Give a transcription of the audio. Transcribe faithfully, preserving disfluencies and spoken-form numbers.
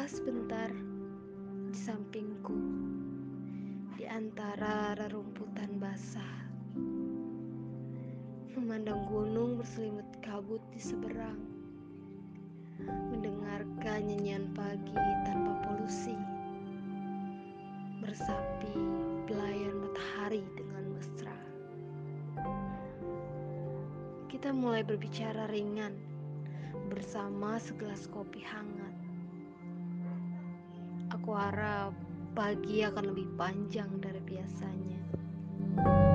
Berduduklah sebentar di sampingku, di antara rerumputan basah, memandang gunung berselimut kabut di seberang, mendengarkan nyanyian pagi tanpa polusi, meresapi belayan matahari dengan mesra. Kita mulai berbicara ringan bersama segelas kopi hangat. Aku harap pagi akan lebih panjang dari biasanya.